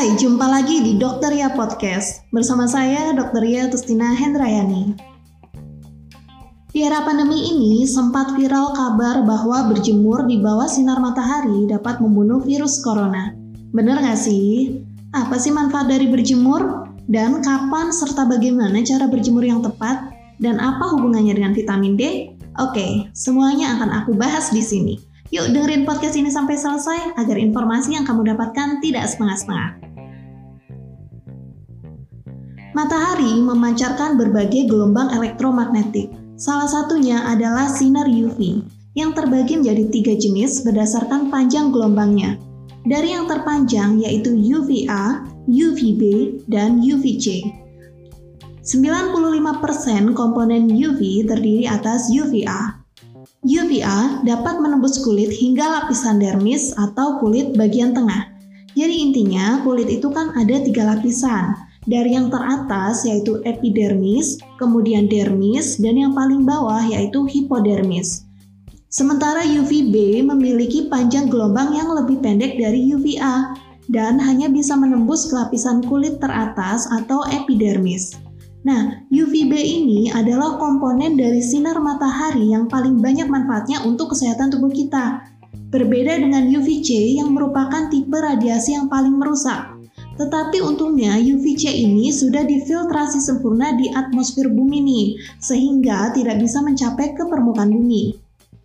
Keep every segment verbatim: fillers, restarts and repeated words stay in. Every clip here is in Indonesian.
Hai, jumpa lagi di Dokter Ria Podcast. Bersama saya, Dokter Ria Tustina Hendrayani. Di era pandemi ini, sempat viral kabar bahwa berjemur di bawah sinar matahari dapat membunuh virus corona. Bener gak sih? Apa sih manfaat dari berjemur? Dan kapan serta bagaimana cara berjemur yang tepat? Dan apa hubungannya dengan vitamin D? Oke, semuanya akan aku bahas di sini. Yuk dengerin podcast ini sampai selesai agar informasi yang kamu dapatkan tidak setengah-setengah. Matahari memancarkan berbagai gelombang elektromagnetik. Salah satunya adalah sinar U V yang terbagi menjadi tiga jenis berdasarkan panjang gelombangnya. Dari yang terpanjang yaitu U V A, U V B, dan U V C. sembilan puluh lima persen komponen U V terdiri atas U V A. U V A dapat menembus kulit hingga lapisan dermis atau kulit bagian tengah. Jadi intinya kulit itu kan ada tiga lapisan. Dari yang teratas yaitu epidermis, kemudian dermis, dan yang paling bawah yaitu hipodermis. Sementara U V B memiliki panjang gelombang yang lebih pendek dari U V A dan hanya bisa menembus ke lapisan kulit teratas atau epidermis. Nah, U V B ini adalah komponen dari sinar matahari yang paling banyak manfaatnya untuk kesehatan tubuh kita. Berbeda dengan U V C yang merupakan tipe radiasi yang paling merusak. Tetapi untungnya U V C ini sudah difiltrasi sempurna di atmosfer bumi nih, sehingga tidak bisa mencapai ke permukaan bumi.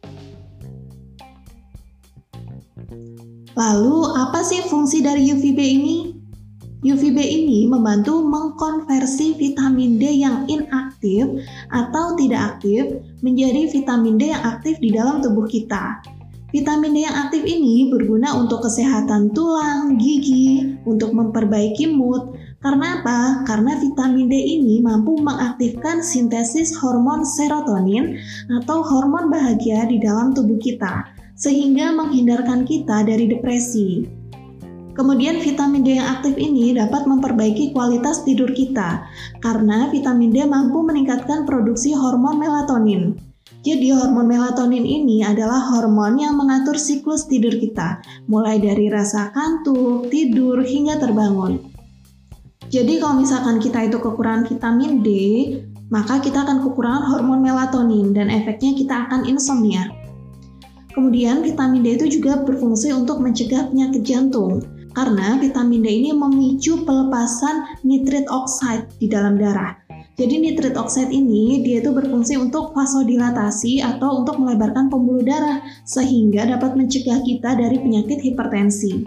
Lalu, apa sih fungsi dari U V B ini? U V B ini membantu mengkonversi vitamin D yang inaktif atau tidak aktif menjadi vitamin D yang aktif di dalam tubuh kita. Vitamin D yang aktif ini berguna untuk kesehatan tulang, gigi, untuk memperbaiki mood. Karena apa? Karena vitamin D ini mampu mengaktifkan sintesis hormon serotonin atau hormon bahagia di dalam tubuh kita, sehingga menghindarkan kita dari depresi. Kemudian vitamin D yang aktif ini dapat memperbaiki kualitas tidur kita karena vitamin D mampu meningkatkan produksi hormon melatonin. Jadi hormon melatonin ini adalah hormon yang mengatur siklus tidur kita, mulai dari rasa kantuk, tidur, hingga terbangun. Jadi kalau misalkan kita itu kekurangan vitamin D, maka kita akan kekurangan hormon melatonin dan efeknya kita akan insomnia. Kemudian vitamin D itu juga berfungsi untuk mencegah penyakit jantung. Karena vitamin D ini memicu pelepasan nitrit oxide di dalam darah. Jadi nitrit oxide ini dia itu berfungsi untuk vasodilatasi atau untuk melebarkan pembuluh darah sehingga dapat mencegah kita dari penyakit hipertensi.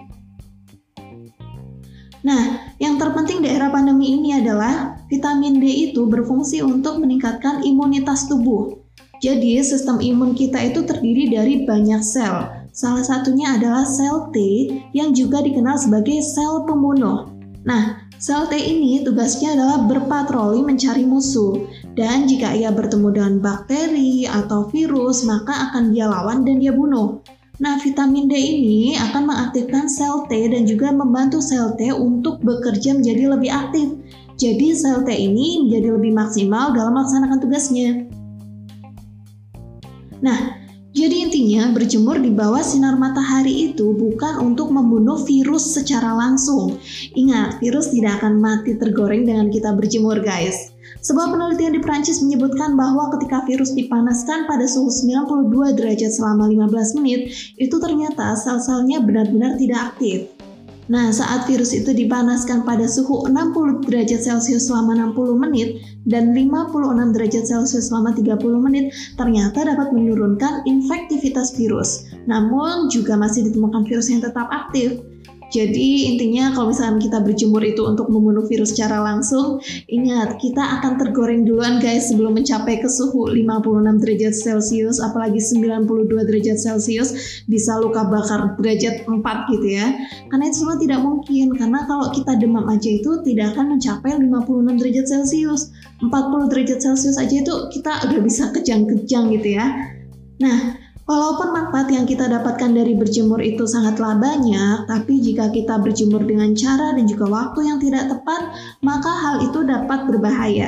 Nah, yang terpenting di era pandemi ini adalah vitamin D itu berfungsi untuk meningkatkan imunitas tubuh. Jadi sistem imun kita itu terdiri dari banyak sel. Salah satunya adalah sel T yang juga dikenal sebagai sel pembunuh. Nah, sel T ini tugasnya adalah berpatroli mencari musuh. Dan jika ia bertemu dengan bakteri atau virus, maka akan dia lawan dan dia bunuh. Nah, vitamin D ini akan mengaktifkan sel T dan juga membantu sel T untuk bekerja menjadi lebih aktif. Jadi sel T ini menjadi lebih maksimal dalam melaksanakan tugasnya. Nah, jadi intinya berjemur di bawah sinar matahari itu bukan untuk membunuh virus secara langsung. Ingat, virus tidak akan mati tergoreng dengan kita berjemur guys. Sebuah penelitian di Prancis menyebutkan bahwa ketika virus dipanaskan pada suhu sembilan puluh dua derajat selama lima belas menit, itu ternyata sel-selnya benar-benar tidak aktif. Nah, saat virus itu dipanaskan pada suhu enam puluh derajat Celcius selama enam puluh menit dan lima puluh enam derajat Celcius selama tiga puluh menit, ternyata dapat menurunkan infektivitas virus. Namun, juga masih ditemukan virus yang tetap aktif. Jadi intinya kalau misalkan kita berjemur itu untuk membunuh virus secara langsung, ingat kita akan tergoreng duluan guys sebelum mencapai ke suhu lima puluh enam derajat Celcius, apalagi sembilan puluh dua derajat Celcius, bisa luka bakar derajat empat gitu ya. Karena itu semua tidak mungkin, karena kalau kita demam aja itu tidak akan mencapai lima puluh enam derajat Celcius. empat puluh derajat Celcius aja itu kita udah bisa kejang-kejang gitu ya. Nah, walaupun manfaat yang kita dapatkan dari berjemur itu sangatlah banyak, tapi jika kita berjemur dengan cara dan juga waktu yang tidak tepat, maka hal itu dapat berbahaya.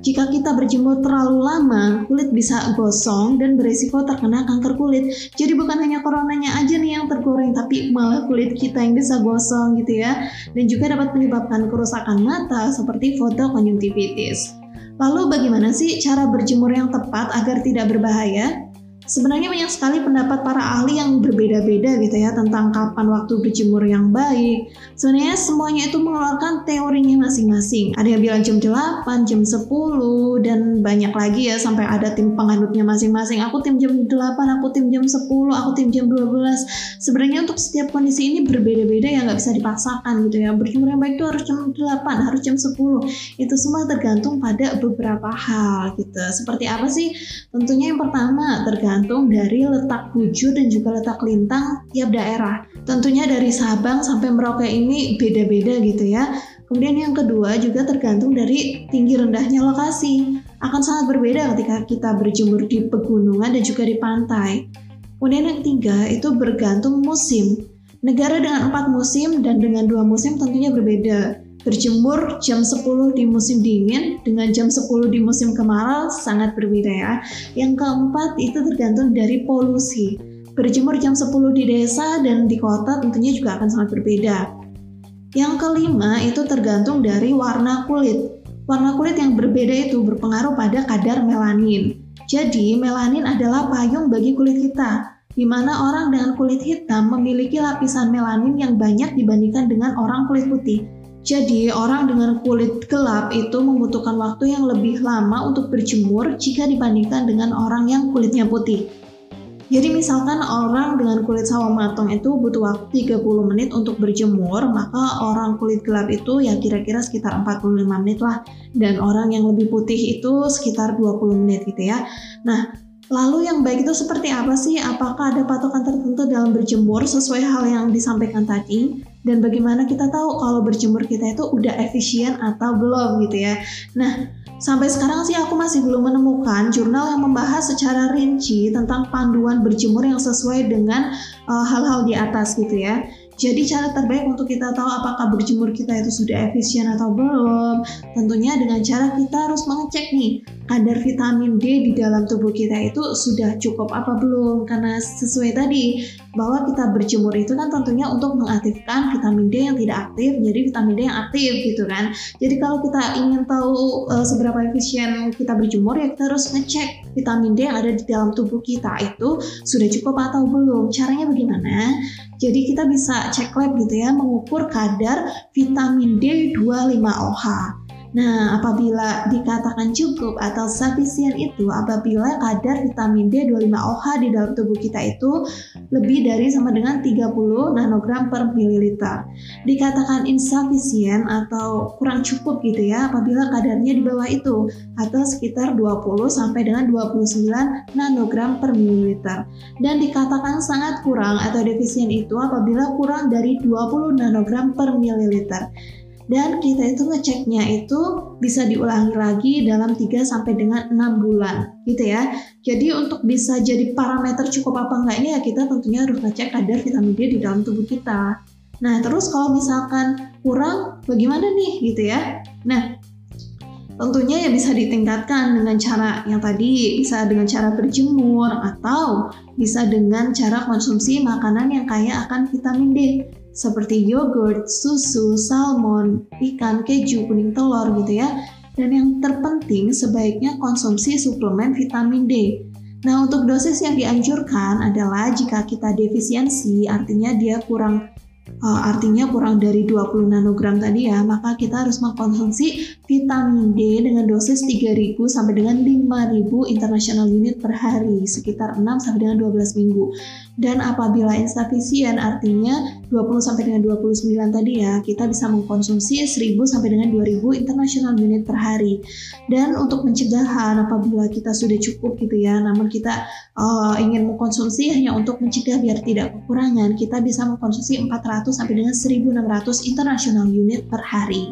jika kita berjemur terlalu lama, kulit bisa gosong dan beresiko terkena kanker kulit. Jadi bukan hanya coronanya aja nih yang tergoreng, tapi malah kulit kita yang bisa gosong gitu ya. Dan juga dapat menyebabkan kerusakan mata seperti fotokonjungtivitis. Lalu bagaimana sih cara berjemur yang tepat agar tidak berbahaya? Sebenarnya banyak sekali pendapat para ahli yang berbeda-beda gitu ya tentang kapan waktu berjemur yang baik. Sebenarnya semuanya itu mengeluarkan teorinya masing-masing. Ada yang bilang jam delapan, jam sepuluh, dan banyak lagi ya sampai ada tim penganutnya masing-masing. Aku tim jam delapan, aku tim jam sepuluh, aku tim jam dua belas. Sebenarnya untuk setiap kondisi ini berbeda-beda ya, nggak bisa dipaksakan gitu ya. Berjemur yang baik itu harus jam delapan, harus jam sepuluh. Itu semua tergantung pada beberapa hal gitu. Seperti apa sih? Tentunya yang pertama tergantung tergantung dari letak bujur dan juga letak lintang tiap daerah. Tentunya dari Sabang sampai Merauke ini beda-beda gitu ya. Kemudian yang kedua juga tergantung dari tinggi rendahnya lokasi. Akan sangat berbeda ketika kita berjemur di pegunungan dan juga di pantai. Kemudian yang ketiga itu bergantung musim. Negara dengan empat musim dan dengan dua musim tentunya berbeda. Berjemur jam sepuluh di musim dingin dengan jam sepuluh di musim kemarau sangat berbeda ya. Yang keempat itu tergantung dari polusi. Berjemur jam sepuluh di desa dan di kota tentunya juga akan sangat berbeda. Yang kelima itu tergantung dari warna kulit. Warna kulit yang berbeda itu berpengaruh pada kadar melanin. Jadi melanin adalah payung bagi kulit kita, di mana orang dengan kulit hitam memiliki lapisan melanin yang banyak dibandingkan dengan orang kulit putih. Jadi, orang dengan kulit gelap itu membutuhkan waktu yang lebih lama untuk berjemur jika dibandingkan dengan orang yang kulitnya putih. Jadi, misalkan orang dengan kulit sawo matang itu butuh waktu tiga puluh menit untuk berjemur, maka orang kulit gelap itu ya kira-kira sekitar empat puluh lima menit lah. Dan orang yang lebih putih itu sekitar dua puluh menit gitu ya. Nah, lalu yang baik itu seperti apa sih? Apakah ada patokan tertentu dalam berjemur sesuai hal yang disampaikan tadi? Dan bagaimana kita tahu kalau berjemur kita itu udah efisien atau belum gitu ya. Nah, sampai sekarang sih aku masih belum menemukan jurnal yang membahas secara rinci tentang panduan berjemur yang sesuai dengan uh, hal-hal di atas gitu ya. Jadi cara terbaik untuk kita tahu apakah berjemur kita itu sudah efisien atau belum, tentunya dengan cara kita harus mengecek nih kadar vitamin D di dalam tubuh kita itu sudah cukup apa belum. Karena sesuai tadi bahwa kita berjemur itu kan tentunya untuk mengaktifkan vitamin D yang tidak aktif menjadi vitamin D yang aktif gitu kan. Jadi kalau kita ingin tahu uh, seberapa efisien kita berjemur ya kita harus ngecek vitamin D yang ada di dalam tubuh kita itu sudah cukup atau belum. Caranya bagaimana? Jadi kita bisa cek lab gitu ya, mengukur kadar vitamin D dua puluh lima O H. Nah, apabila dikatakan cukup atau sufficient itu apabila kadar vitamin D dua puluh lima O H di dalam tubuh kita itu lebih dari sama dengan tiga puluh nanogram per mililiter. Dikatakan insufficient atau kurang cukup gitu ya apabila kadarnya di bawah itu atau sekitar dua puluh sampai dengan dua puluh sembilan nanogram per mililiter. Dan dikatakan sangat kurang atau defisien itu apabila kurang dari dua puluh nanogram per mililiter. Dan kita itu ngeceknya itu bisa diulangi lagi dalam tiga sampai dengan enam bulan gitu ya. Jadi untuk bisa jadi parameter cukup apa enggaknya ya kita tentunya harus ngecek kadar vitamin D di dalam tubuh kita. Nah terus kalau misalkan kurang bagaimana nih gitu ya. Nah tentunya ya bisa ditingkatkan dengan cara yang tadi, bisa dengan cara berjemur atau bisa dengan cara konsumsi makanan yang kaya akan vitamin D seperti yogurt, susu, salmon, ikan, keju, kuning telur gitu ya. Dan yang terpenting sebaiknya konsumsi suplemen vitamin D. Nah untuk dosis yang dianjurkan adalah jika kita defisiensi artinya dia kurang Uh, artinya kurang dari dua puluh nanogram tadi ya, maka kita harus mengkonsumsi vitamin D dengan dosis tiga ribu sampai dengan lima ribu international unit per hari, sekitar enam sampai dengan dua belas minggu. Dan apabila insufficient artinya dua puluh sampai dengan dua puluh sembilan tadi ya, kita bisa mengkonsumsi seribu sampai dengan dua ribu international unit per hari. Dan untuk pencegahan apabila kita sudah cukup gitu ya, namun kita uh, ingin mengkonsumsi hanya untuk mencegah biar tidak kekurangan, kita bisa mengkonsumsi empat ratus sampai dengan seribu enam ratus international unit per hari.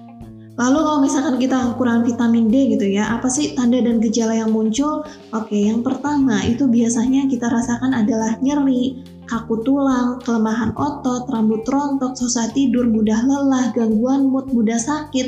Lalu kalau misalkan kita kekurangan vitamin D gitu ya, apa sih tanda dan gejala yang muncul? Oke, yang pertama itu biasanya kita rasakan adalah nyeri, kaku tulang, kelemahan otot, rambut rontok, susah tidur, mudah lelah, gangguan mood, mudah sakit,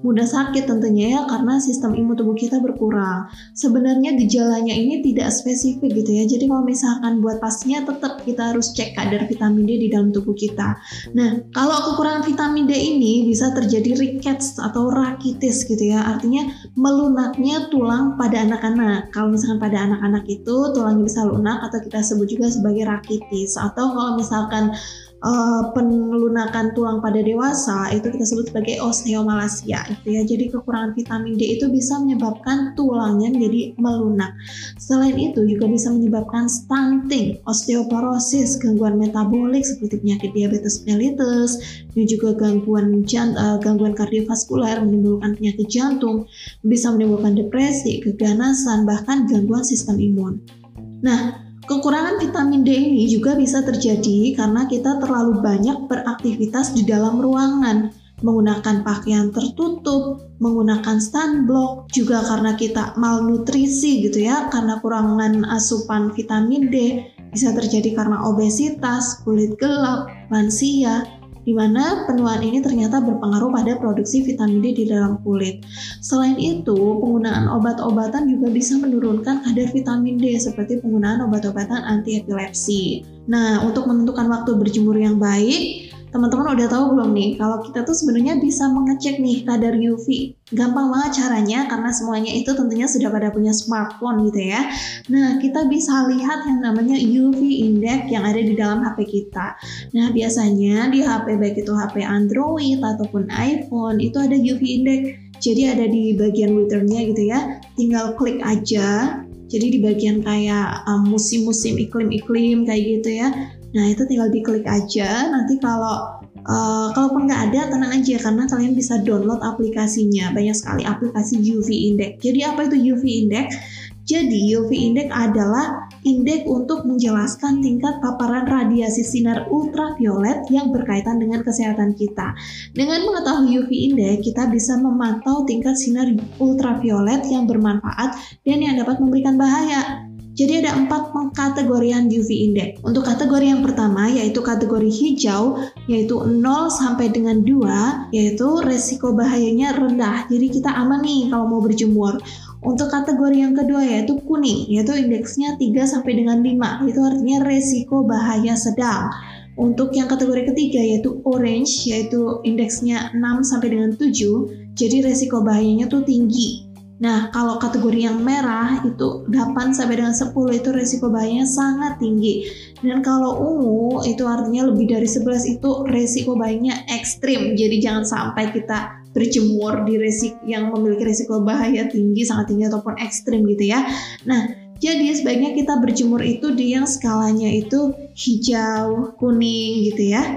mudah sakit tentunya ya, karena sistem imun tubuh kita berkurang. Sebenarnya gejalanya ini tidak spesifik gitu ya, jadi kalau misalkan buat pastinya tetap kita harus cek kadar vitamin D di dalam tubuh kita. Nah, kalau kekurangan vitamin D ini bisa terjadi rickets atau rakitis gitu ya, artinya melunaknya tulang pada anak-anak. Kalau misalkan pada anak-anak itu tulangnya bisa lunak atau kita sebut juga sebagai rakitis, atau kalau misalkan Uh, pelunakan tulang pada dewasa itu kita sebut sebagai osteomalacia gitu ya. Jadi kekurangan vitamin D itu bisa menyebabkan tulangnya menjadi melunak. Selain itu juga bisa menyebabkan stunting, osteoporosis, gangguan metabolik seperti penyakit diabetes mellitus, dan juga gangguan jant, uh, gangguan kardiovaskuler, menimbulkan penyakit jantung, bisa menimbulkan depresi, keganasan, bahkan gangguan sistem imun. Nah, kekurangan vitamin D ini juga bisa terjadi karena kita terlalu banyak beraktivitas di dalam ruangan, menggunakan pakaian tertutup, menggunakan sunblock, juga karena kita malnutrisi gitu ya, karena kurangan asupan vitamin D, bisa terjadi karena obesitas, kulit gelap, lansia, di mana penuaan ini ternyata berpengaruh pada produksi vitamin D di dalam kulit. Selain itu, penggunaan obat-obatan juga bisa menurunkan kadar vitamin D seperti penggunaan obat-obatan anti epilepsi. Nah, untuk menentukan waktu berjemur yang baik, teman-teman udah tahu belum nih kalau kita tuh sebenarnya bisa mengecek nih kadar U V. Gampang banget caranya karena semuanya itu tentunya sudah pada punya smartphone gitu ya. Nah, kita bisa lihat yang namanya U V index yang ada di dalam H P kita. Nah, biasanya di H P baik itu H P Android ataupun iPhone itu ada U V index. Jadi ada di bagian withernya gitu ya. Tinggal klik aja. Jadi di bagian kayak um, musim-musim iklim-iklim kayak gitu ya. Nah, itu tinggal diklik aja. Nanti kalau uh, kalaupun nggak ada, tenang aja karena kalian bisa download aplikasinya. Banyak sekali aplikasi U V Index. Jadi apa itu U V Index? Jadi U V Index adalah indeks untuk menjelaskan tingkat paparan radiasi sinar ultraviolet yang berkaitan dengan kesehatan kita. Dengan mengetahui U V Index, kita bisa memantau tingkat sinar ultraviolet yang bermanfaat dan yang dapat memberikan bahaya. Jadi ada empat pengkategorian U V Index. Untuk kategori yang pertama yaitu kategori hijau, yaitu nol sampai dengan dua, yaitu resiko bahayanya rendah. Jadi kita aman nih kalau mau berjemur. Untuk kategori yang kedua yaitu kuning, yaitu indeksnya tiga sampai dengan lima, itu artinya resiko bahaya sedang. Untuk yang kategori ketiga yaitu orange, yaitu indeksnya enam sampai dengan tujuh, jadi resiko bahayanya tuh tinggi. Nah, kalau kategori yang merah itu delapan sampai dengan sepuluh, itu resiko bahayanya sangat tinggi. Dan kalau ungu itu artinya lebih dari sebelas, itu resiko bahayanya ekstrim. Jadi jangan sampai kita berjemur di resiko yang memiliki resiko bahaya tinggi, sangat tinggi ataupun ekstrim gitu ya. Nah, jadi sebaiknya kita berjemur itu di yang skalanya itu hijau, kuning gitu ya.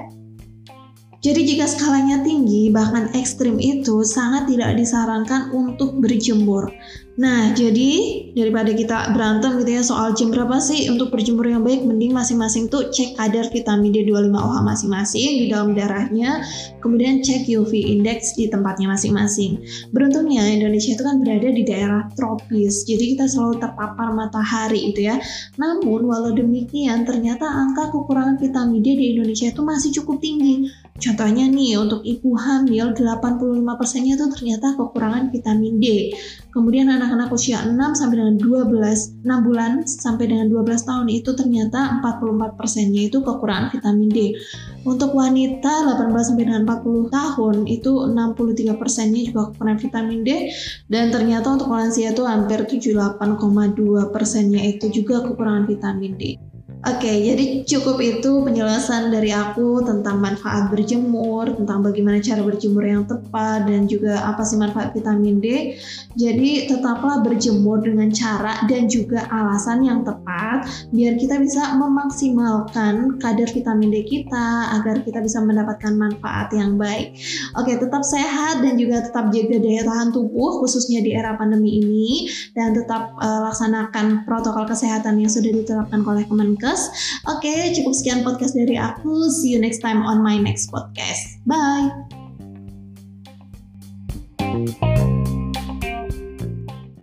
Jadi jika skalanya tinggi, bahkan ekstrim itu sangat tidak disarankan untuk berjemur. Nah, jadi daripada kita berantem gitu ya soal jam berapa sih untuk berjemur yang baik, mending masing-masing tuh cek kadar vitamin D dua puluh lima O H masing-masing di dalam darahnya, kemudian cek U V index di tempatnya masing-masing. Beruntungnya Indonesia itu kan berada di daerah tropis, jadi kita selalu terpapar matahari gitu ya. Namun walau demikian, ternyata angka kekurangan vitamin D di Indonesia itu masih cukup tinggi. Contohnya nih, untuk ibu hamil delapan puluh lima persennya itu ternyata kekurangan vitamin D. Kemudian anak-anak usia enam sampai dengan dua belas, enam bulan sampai dengan dua belas tahun itu ternyata empat puluh empat persennya itu kekurangan vitamin D. Untuk wanita delapan belas sampai dengan empat puluh tahun itu enam puluh tiga persennya juga kekurangan vitamin D, dan ternyata untuk lansia itu hampir tujuh puluh delapan koma dua persennya itu juga kekurangan vitamin D. Oke, jadi cukup itu penjelasan dari aku tentang manfaat berjemur, tentang bagaimana cara berjemur yang tepat, dan juga apa sih manfaat vitamin D. Jadi tetaplah berjemur dengan cara dan juga alasan yang tepat, biar kita bisa memaksimalkan kadar vitamin D kita, agar kita bisa mendapatkan manfaat yang baik. Oke, tetap sehat dan juga tetap jaga daya tahan tubuh, khususnya di era pandemi ini, dan tetap uh, laksanakan protokol kesehatan yang sudah ditetapkan oleh Kemenkes. Oke, cukup sekian podcast dari aku. See you next time on my next podcast. Bye.